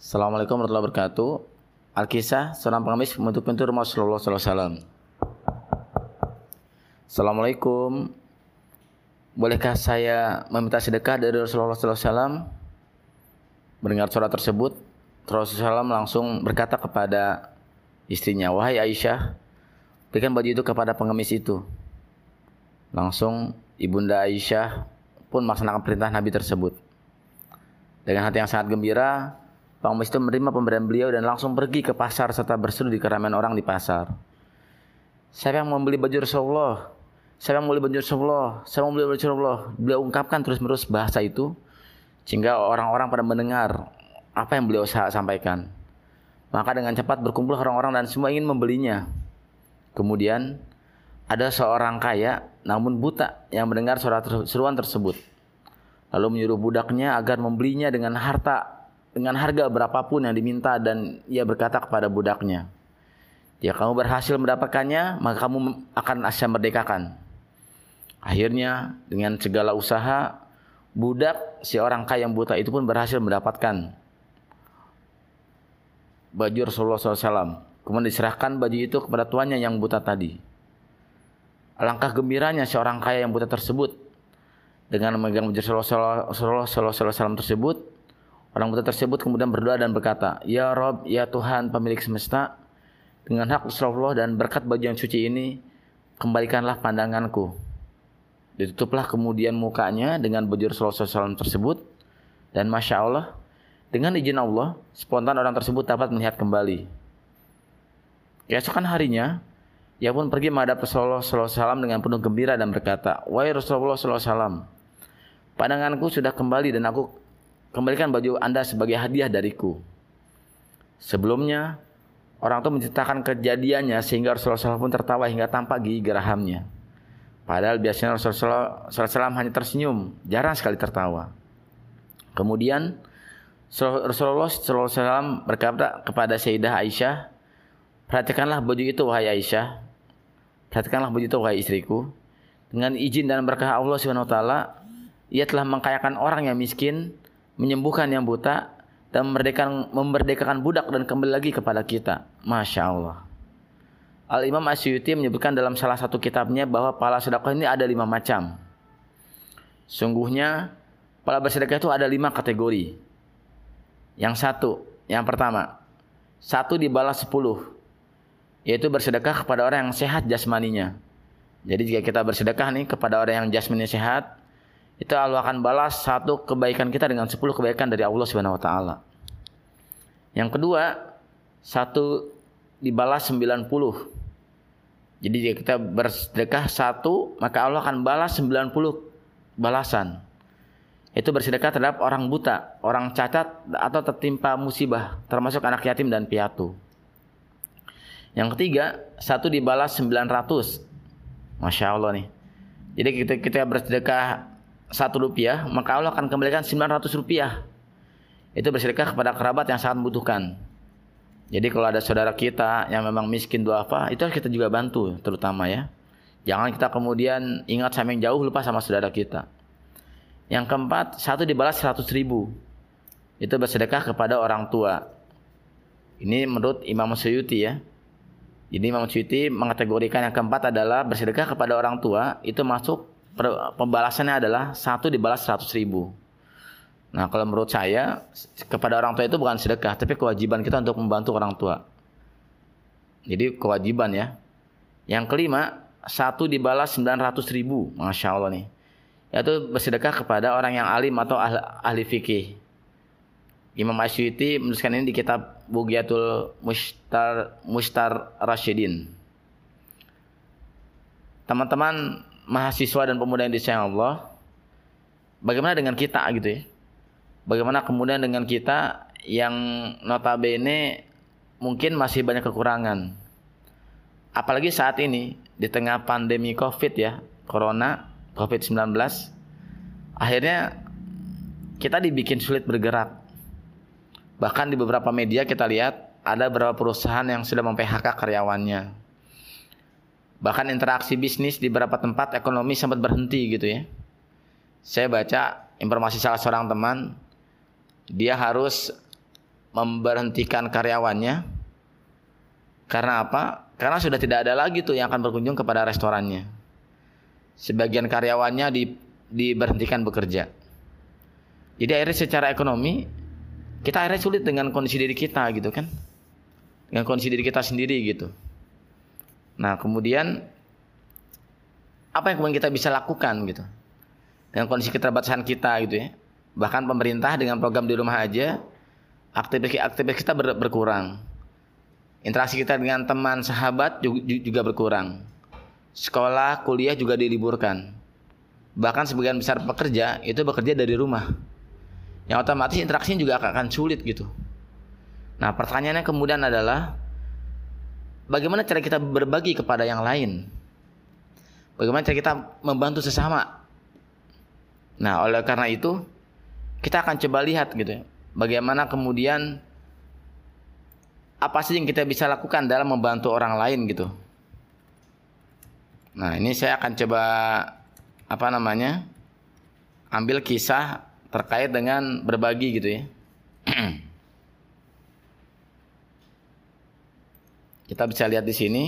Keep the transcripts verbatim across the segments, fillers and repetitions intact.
Assalamualaikum warahmatullahi wabarakatuh. Al-Kisah seorang pengemis menutup pintu rumah Rasulullah sallallahu alaihi wasallam. Assalamualaikum. Bolehkah saya meminta sedekah dari Rasulullah sallallahu alaihi wasallam? Mendengar suara tersebut, Rasulullah sallallahu alaihi wasallam langsung berkata kepada istrinya, "Wahai Aisyah, berikan baju itu kepada pengemis itu." Langsung ibunda Aisyah pun melaksanakan perintah Nabi tersebut. Dengan hati yang sangat gembira, pengemis itu menerima pemberian beliau dan langsung pergi ke pasar serta berseru di keramaian orang di pasar. "Siapa yang membeli baju Rasulullah? Siapa yang membeli baju Rasulullah? Siapa yang membeli baju Rasulullah?" Beliau ungkapkan terus-menerus bahasa itu sehingga orang-orang pada mendengar apa yang beliau sampaikan. Maka dengan cepat berkumpul orang-orang dan semua ingin membelinya. Kemudian ada seorang kaya namun buta yang mendengar suara seruan tersebut, lalu menyuruh budaknya agar membelinya dengan harta dengan harga berapapun yang diminta, dan ia berkata kepada budaknya, "Jika kamu berhasil mendapatkannya, maka kamu akan saya merdekakan." Akhirnya dengan segala usaha, budak si orang kaya yang buta itu pun berhasil mendapatkan baju Rasulullah shallallahu alaihi wasallam. Kemudian diserahkan baju itu kepada tuannya yang buta tadi. Alangkah gembiranya seorang kaya yang buta tersebut dengan memegang baju Rasulullah shallallahu alaihi wasallam tersebut. Orang buta tersebut kemudian berdoa dan berkata, "Ya Rob, ya Tuhan pemilik semesta, dengan hak Rasulullah dan berkat baju yang suci ini, kembalikanlah pandanganku." Ditutuplah kemudian mukanya dengan baju Rasulullah shallallahu alaihi wasallam tersebut, dan Masya Allah, dengan izin Allah, spontan orang tersebut dapat melihat kembali. Keesokan harinya, ia pun pergi menghadap Rasulullah shallallahu alaihi wasallam dengan penuh gembira dan berkata, "Wahai Rasulullah shallallahu alaihi wasallam, pandanganku sudah kembali dan aku kembalikan baju Anda sebagai hadiah dariku." Sebelumnya, orang itu menceritakan kejadiannya sehingga Rasulullah shallallahu alaihi wasallam pun tertawa hingga tampak gigi gerahamnya. Padahal biasanya Rasulullah shallallahu alaihi wasallam hanya tersenyum, jarang sekali tertawa. Kemudian Rasulullah shallallahu alaihi wasallam berkata kepada Sayyidah Aisyah, "Perhatikanlah baju itu wahai Aisyah. Perhatikanlah baju itu wahai istriku. Dengan izin dan berkah Allah Subhanahu wa taala, ia telah mengkayakan orang yang miskin, menyembuhkan yang buta, dan memerdekakan, memerdekakan budak dan kembali lagi kepada kita." Masya Allah. Al-Imam Asyuyuti menyebutkan dalam salah satu kitabnya bahwa pahala sedekah ini ada lima macam. Sungguhnya pahala bersedekah itu ada lima kategori. Yang satu, yang pertama, satu dibalas sepuluh, yaitu bersedekah kepada orang yang sehat jasmaninya. Jadi jika kita bersedekah nih kepada orang yang jasmaninya sehat, itu Allah akan balas satu kebaikan kita dengan sepuluh kebaikan dari Allah Subhanahu wa taala. Yang kedua, satu dibalas sembilan puluh. Jadi jika kita bersedekah satu, maka Allah akan balas sembilan puluh balasan. Itu bersedekah terhadap orang buta, orang cacat atau tertimpa musibah, termasuk anak yatim dan piatu. Yang ketiga, satu dibalas sembilan ratus. Masya Allah nih. Jadi kita, kita bersedekah satu rupiah, maka Allah akan kembalikan sembilan ratus rupiah. Itu bersedekah kepada kerabat yang sangat membutuhkan. Jadi kalau ada saudara kita yang memang miskin duafa, itu harus kita juga bantu terutama ya. Jangan kita kemudian ingat sama yang jauh, lupa sama saudara kita. Yang keempat, satu dibalas seratus ribu. Itu bersedekah kepada orang tua. Ini menurut Imam Suyuti ya. Jadi Imam Suyuti mengategorikan yang keempat adalah bersedekah kepada orang tua, itu masuk pembalasannya adalah satu dibalas seratus ribu. Nah kalau menurut saya, kepada orang tua itu bukan sedekah, tapi kewajiban kita untuk membantu orang tua. Jadi kewajiban ya. Yang kelima, satu dibalas sembilan ratus ribu. Masya Allah nih. Yaitu bersedekah kepada orang yang alim atau ahli, ahli fikih. Imam Asyuyuti menuliskan ini di kitab Bughyatul Mushtar, Mushtar Rasyidin. Teman-teman mahasiswa dan pemuda yang disayang Allah, bagaimana dengan kita gitu ya? Bagaimana kemudian dengan kita yang notabene mungkin masih banyak kekurangan? Apalagi saat ini di tengah pandemi Covid ya, Corona, covid sembilan belas, akhirnya kita dibikin sulit bergerak. Bahkan di beberapa media kita lihat ada beberapa perusahaan yang sudah mem-P H K karyawannya. Bahkan interaksi bisnis di beberapa tempat ekonomi sempat berhenti gitu ya. Saya baca informasi salah seorang teman, dia harus memberhentikan karyawannya. Karena apa? Karena sudah tidak ada lagi tuh yang akan berkunjung kepada restorannya. Sebagian karyawannya di, diberhentikan bekerja. Jadi akhirnya secara ekonomi kita akhirnya sulit dengan kondisi diri kita gitu kan. Dengan kondisi diri kita sendiri gitu. Nah kemudian apa yang kemudian kita bisa lakukan gitu. Dengan kondisi keterbatasan kita gitu ya. Bahkan pemerintah dengan program di rumah aja, aktivitas kita ber, berkurang. Interaksi kita dengan teman, sahabat juga berkurang. Sekolah, kuliah juga diliburkan. Bahkan sebagian besar pekerja itu bekerja dari rumah. Yang otomatis interaksinya juga akan sulit gitu. Nah pertanyaannya kemudian adalah bagaimana cara kita berbagi kepada yang lain? Bagaimana cara kita membantu sesama? Nah oleh karena itu kita akan coba lihat gitu ya. Bagaimana kemudian apa sih yang kita bisa lakukan dalam membantu orang lain gitu. Nah ini saya akan coba apa namanya ambil kisah terkait dengan berbagi gitu ya. Kita bisa lihat di sini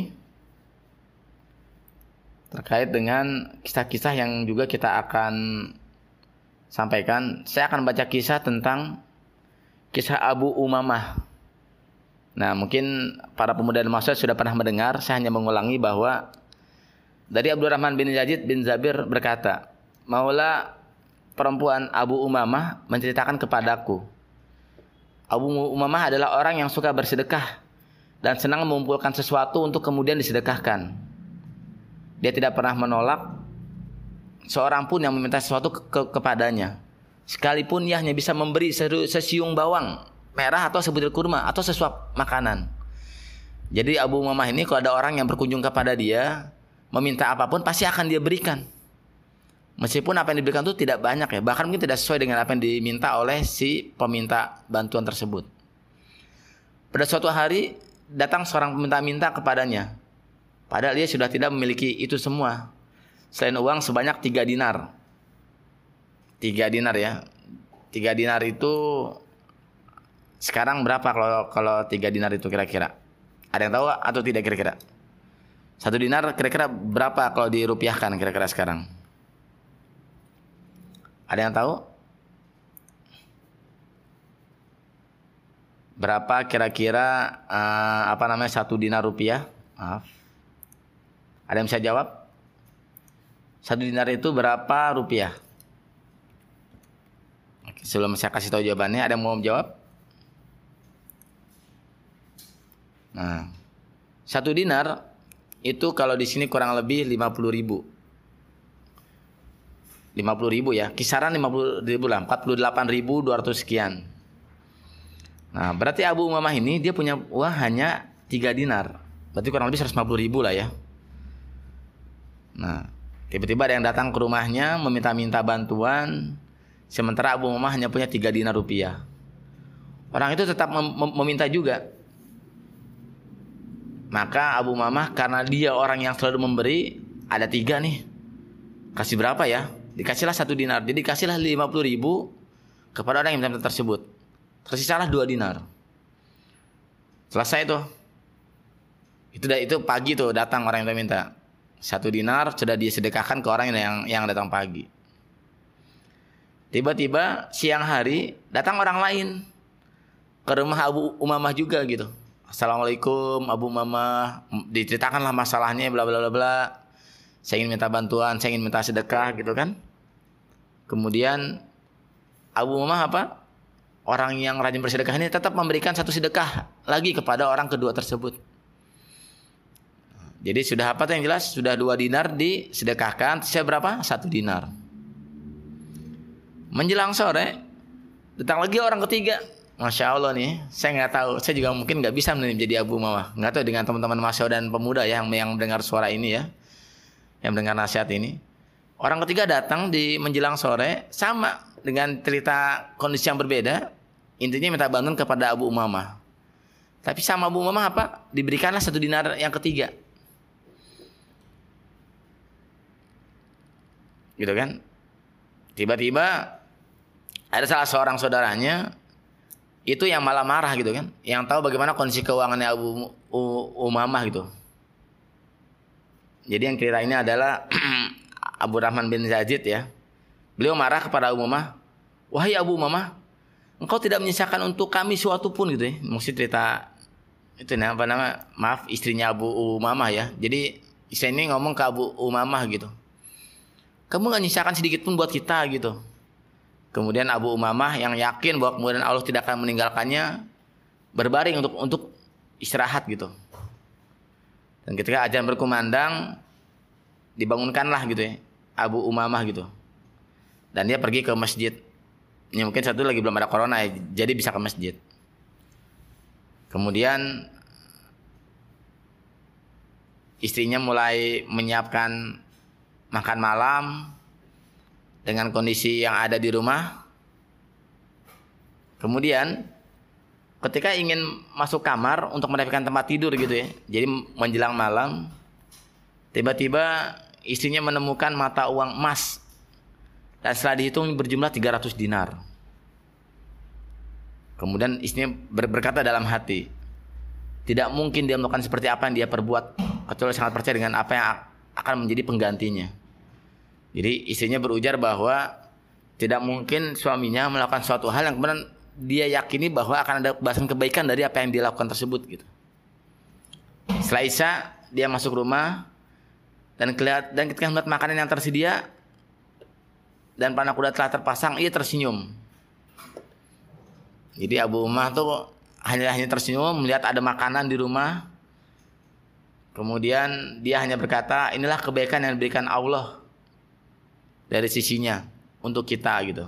terkait dengan kisah-kisah yang juga kita akan sampaikan. Saya akan baca kisah tentang kisah Abu Umamah. Nah mungkin para pemuda dan mahasiswa sudah pernah mendengar. Saya hanya mengulangi bahwa dari Abdurrahman bin Yazid bin Zabir berkata, Maula perempuan Abu Umamah menceritakan kepadaku, Abu Umamah adalah orang yang suka bersedekah dan senang mengumpulkan sesuatu untuk kemudian disedekahkan. Dia tidak pernah menolak seorang pun yang meminta sesuatu ke- ke- kepadanya, sekalipun ia hanya bisa memberi sesiung bawang merah atau sebutir kurma atau sesuap makanan. Jadi Abu Umamah ini kalau ada orang yang berkunjung kepada dia meminta apapun pasti akan dia berikan. Meskipun apa yang diberikan itu tidak banyak ya, bahkan mungkin tidak sesuai dengan apa yang diminta oleh si peminta bantuan tersebut. Pada suatu hari datang seorang peminta-minta kepadanya, padahal dia sudah tidak memiliki itu semua selain uang sebanyak tiga dinar. Tiga dinar ya. Tiga dinar itu sekarang berapa kalau kalau tiga dinar itu kira-kira? Ada yang tahu atau tidak kira-kira? Satu dinar kira-kira berapa kalau dirupiahkan kira-kira sekarang? Ada yang tahu? Berapa kira-kira uh, apa namanya satu dinar rupiah? Maaf. Ada yang bisa jawab? Satu dinar itu berapa rupiah? Oke, sebelum saya kasih tahu jawabannya, ada yang mau jawab? Nah, satu dinar itu kalau di sini kurang lebih lima puluh ribu. lima puluh ribu ya, kisaran lima puluh ribu lah, empat puluh delapan ribu dua ratus sekian. Nah, berarti Abu Umamah ini dia punya uang hanya tiga dinar. Berarti kurang lebih seratus lima puluh ribu lah ya. Nah, tiba-tiba ada yang datang ke rumahnya meminta-minta bantuan, sementara Abu Umamah hanya punya tiga dinar rupiah. Orang itu tetap mem- mem- meminta juga. Maka Abu Umamah karena dia orang yang selalu memberi, ada tiga nih, kasih berapa ya? Dikasihlah satu dinar. Jadi kasihlah lima puluh ribu kepada orang yang minta tersebut. Tersisalah dua dinar. Selesai tuh. Itu itu pagi tuh datang orang yang minta. Satu dinar sudah disedekahkan ke orang yang yang datang pagi. Tiba-tiba siang hari datang orang lain ke rumah Abu Umamah juga gitu. Assalamualaikum Abu Umamah, diceritakanlah masalahnya bla bla bla bla. Saya ingin minta bantuan, saya ingin minta sedekah gitu kan. Kemudian Abu Umamah apa? Orang yang rajin bersedekah ini tetap memberikan satu sedekah lagi kepada orang kedua tersebut. Jadi sudah apa tuh yang jelas? Sudah dua dinar disedekahkan, sisa berapa? Satu dinar. Menjelang sore datang lagi orang ketiga. Masya Allah nih, saya nggak tahu, saya juga mungkin nggak bisa menjadi Abu Umamah. Nggak tahu dengan teman-teman mahasiswa dan pemuda ya, yang yang mendengar suara ini ya, yang mendengar nasihat ini. Orang ketiga datang di menjelang sore, sama dengan cerita kondisi yang berbeda. Intinya minta bantuan kepada Abu Umamah. Tapi sama Abu Umamah apa? Diberikanlah satu dinar yang ketiga. Gitu kan? Tiba-tiba ada salah seorang saudaranya itu yang malah marah gitu kan, yang tahu bagaimana kondisi keuangannya Abu Umamah gitu. Jadi yang cerita ini adalah Abu Rahman bin Yazid ya. Beliau marah kepada Abu Umamah, wahai Abu Umamah, engkau tidak menyisakan untuk kami suatu pun gitu ya. Mesti cerita itu apa nama, maaf istrinya Abu Umamah ya. Jadi istri ini ngomong ke Abu Umamah gitu, kamu nggak nyisakan sedikit pun buat kita gitu. Kemudian Abu Umamah yang yakin bahwa kemudian Allah tidak akan meninggalkannya, berbaring untuk untuk istirahat gitu. Dan ketika azan berkumandang, dibangunkanlah gitu ya Abu Umamah gitu. Dan dia pergi ke masjid. Ya mungkin satu lagi belum ada corona ya, jadi bisa ke masjid. Kemudian istrinya mulai menyiapkan makan malam dengan kondisi yang ada di rumah. Kemudian ketika ingin masuk kamar untuk mendapatkan tempat tidur gitu ya, jadi menjelang malam, tiba-tiba istrinya menemukan mata uang emas, dan setelah dihitung berjumlah tiga ratus dinar. Kemudian istrinya ber- berkata dalam hati, tidak mungkin dia melakukan seperti apa yang dia perbuat, kecuali sangat percaya dengan apa yang akan menjadi penggantinya. Jadi istrinya berujar bahwa tidak mungkin suaminya melakukan suatu hal yang kemudian dia yakini bahwa akan ada balasan kebaikan dari apa yang dia lakukan tersebut gitu. Setelah Isya dia masuk rumah dan kelihat, dan ketika melihat makanan yang tersedia dan panah kuda telah terpasang, ia tersenyum. Jadi Abu Umamah tuh hanya hanya tersenyum melihat ada makanan di rumah. Kemudian dia hanya berkata, inilah kebaikan yang diberikan Allah dari sisinya untuk kita gitu.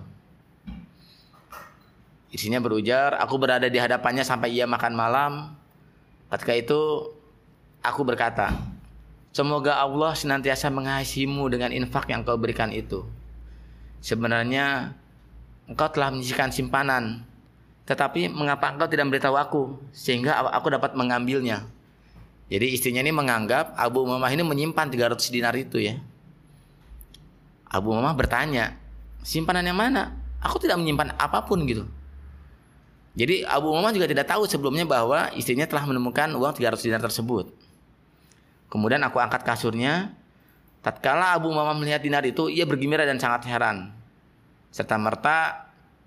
Istrinya berujar, aku berada di hadapannya sampai ia makan malam. Ketika itu aku berkata, semoga Allah senantiasa mengasihimu dengan infak yang kau berikan itu. Sebenarnya engkau telah menyisihkan simpanan, tetapi mengapa engkau tidak memberitahu aku sehingga aku dapat mengambilnya. Jadi istrinya ini menganggap Abu Umamah ini menyimpan tiga ratus dinar itu ya. Abu Umamah bertanya, simpanan yang mana? Aku tidak menyimpan apapun gitu. Jadi Abu Umamah juga tidak tahu sebelumnya bahwa istrinya telah menemukan uang tiga ratus dinar tersebut. Kemudian aku angkat kasurnya. Tatkala Abu Umamah melihat dinar itu, ia bergembira dan sangat heran. Serta merta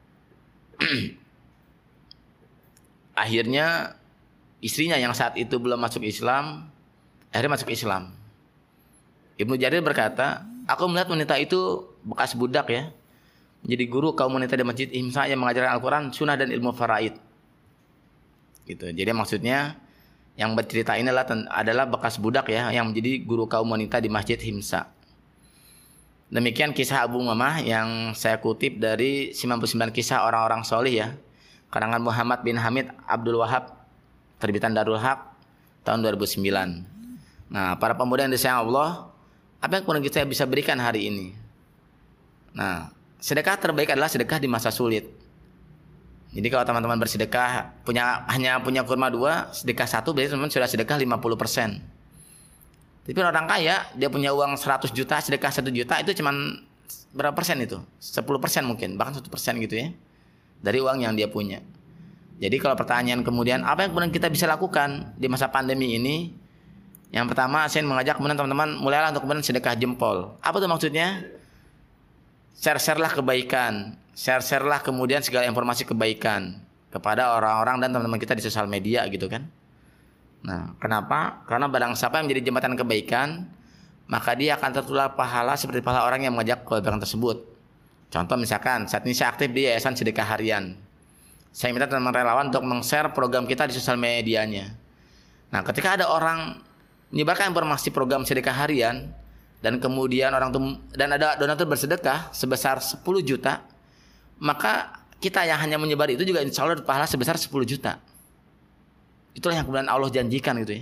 akhirnya istrinya yang saat itu belum masuk Islam, akhirnya masuk Islam. Ibnu Jarir berkata, aku melihat wanita itu bekas budak ya, menjadi guru kaum wanita di Masjid Himsa yang mengajarkan Al-Quran, sunnah dan ilmu faraid. Gitu. Jadi maksudnya yang bercerita ini adalah, adalah bekas budak ya, yang menjadi guru kaum wanita di Masjid Himsa. Demikian kisah Abu Umamah yang saya kutip dari sembilan puluh sembilan kisah orang-orang solih ya, karangan Muhammad bin Hamid Abdul Wahab, terbitan Darul Haq tahun dua ribu sembilan. Nah, para pemuda yang disayang Allah, apa yang kemudian kita bisa berikan hari ini? Nah, sedekah terbaik adalah sedekah di masa sulit. Jadi kalau teman-teman bersedekah punya hanya punya kurma dua, sedekah satu berarti teman-teman sudah sedekah lima puluh persen. Tapi orang kaya dia punya uang seratus juta, sedekah satu juta itu cuman berapa persen itu? sepuluh persen mungkin, bahkan satu persen gitu ya. Dari uang yang dia punya. Jadi kalau pertanyaan kemudian apa yang kemudian kita bisa lakukan di masa pandemi ini? Yang pertama saya mengajak kemudian teman-teman mulailah untuk kemudian sedekah jempol. Apa tuh maksudnya? Share-sharelah kebaikan, share-sharelah kemudian segala informasi kebaikan kepada orang-orang dan teman-teman kita di sosial media gitu kan. Nah, kenapa? Karena barang siapa yang menjadi jembatan kebaikan, maka dia akan tertular pahala seperti pahala orang yang mengajak kebaikan tersebut. Contoh misalkan saat ini saya aktif di Yayasan Sedekah Harian. Saya minta teman-teman relawan untuk meng-share program kita di sosial medianya. Nah, ketika ada orang menyebarkan informasi program sedekah harian dan kemudian orang itu dan ada donatur bersedekah sebesar sepuluh juta, maka kita yang hanya menyebar itu juga insya Allah pahala sebesar sepuluh juta. Itulah yang kemudian Allah janjikan gitu ya.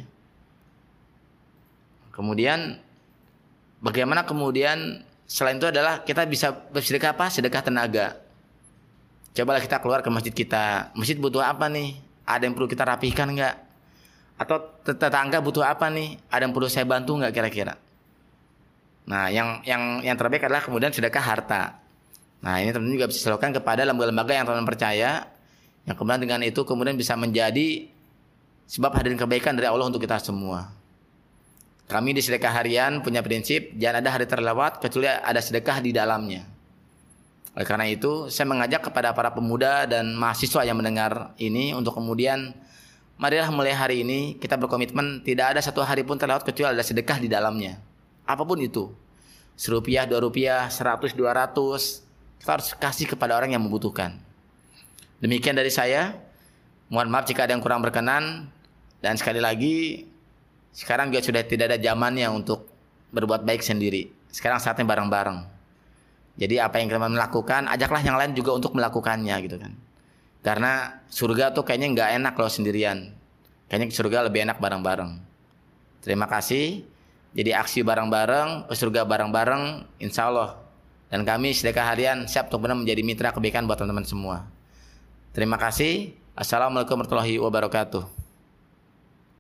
Kemudian bagaimana kemudian selain itu adalah kita bisa bersedekah apa? Sedekah tenaga. Cobalah kita keluar ke masjid kita. Masjid butuh apa nih? Ada yang perlu kita rapihkan enggak? Atau tetangga butuh apa nih? Ada yang perlu saya bantu enggak kira-kira? Nah, yang yang yang terbaik adalah kemudian sedekah harta. Nah, ini teman-teman juga bisa lakukan kepada lembaga-lembaga yang teman-teman percaya Yang kemudian dengan itu kemudian bisa menjadi sebab hadirin kebaikan dari Allah untuk kita semua. Kami di Sedekah Harian punya prinsip, jangan ada hari terlewat kecuali ada sedekah di dalamnya. Oleh karena itu, saya mengajak kepada para pemuda dan mahasiswa yang mendengar ini untuk kemudian, marilah mulai hari ini kita berkomitmen tidak ada satu hari pun terlewat kecuali ada sedekah di dalamnya. Apapun itu, serupiah, dua rupiah, seratus, dua ratus, kita harus kasih kepada orang yang membutuhkan. Demikian dari saya. Mohon maaf jika ada yang kurang berkenan. Dan sekali lagi, sekarang juga sudah tidak ada zamannya untuk berbuat baik sendiri. Sekarang saatnya bareng-bareng. Jadi apa yang kita melakukan, ajaklah yang lain juga untuk melakukannya gitu kan. Karena surga tuh kayaknya nggak enak kalau sendirian. Kayaknya surga lebih enak bareng-bareng. Terima kasih. Jadi aksi bareng-bareng, ke surga bareng-bareng, insya Allah. Dan kami Sedekah Harian siap untuk benar menjadi mitra kebaikan buat teman-teman semua. Terima kasih. Assalamualaikum warahmatullahi wabarakatuh.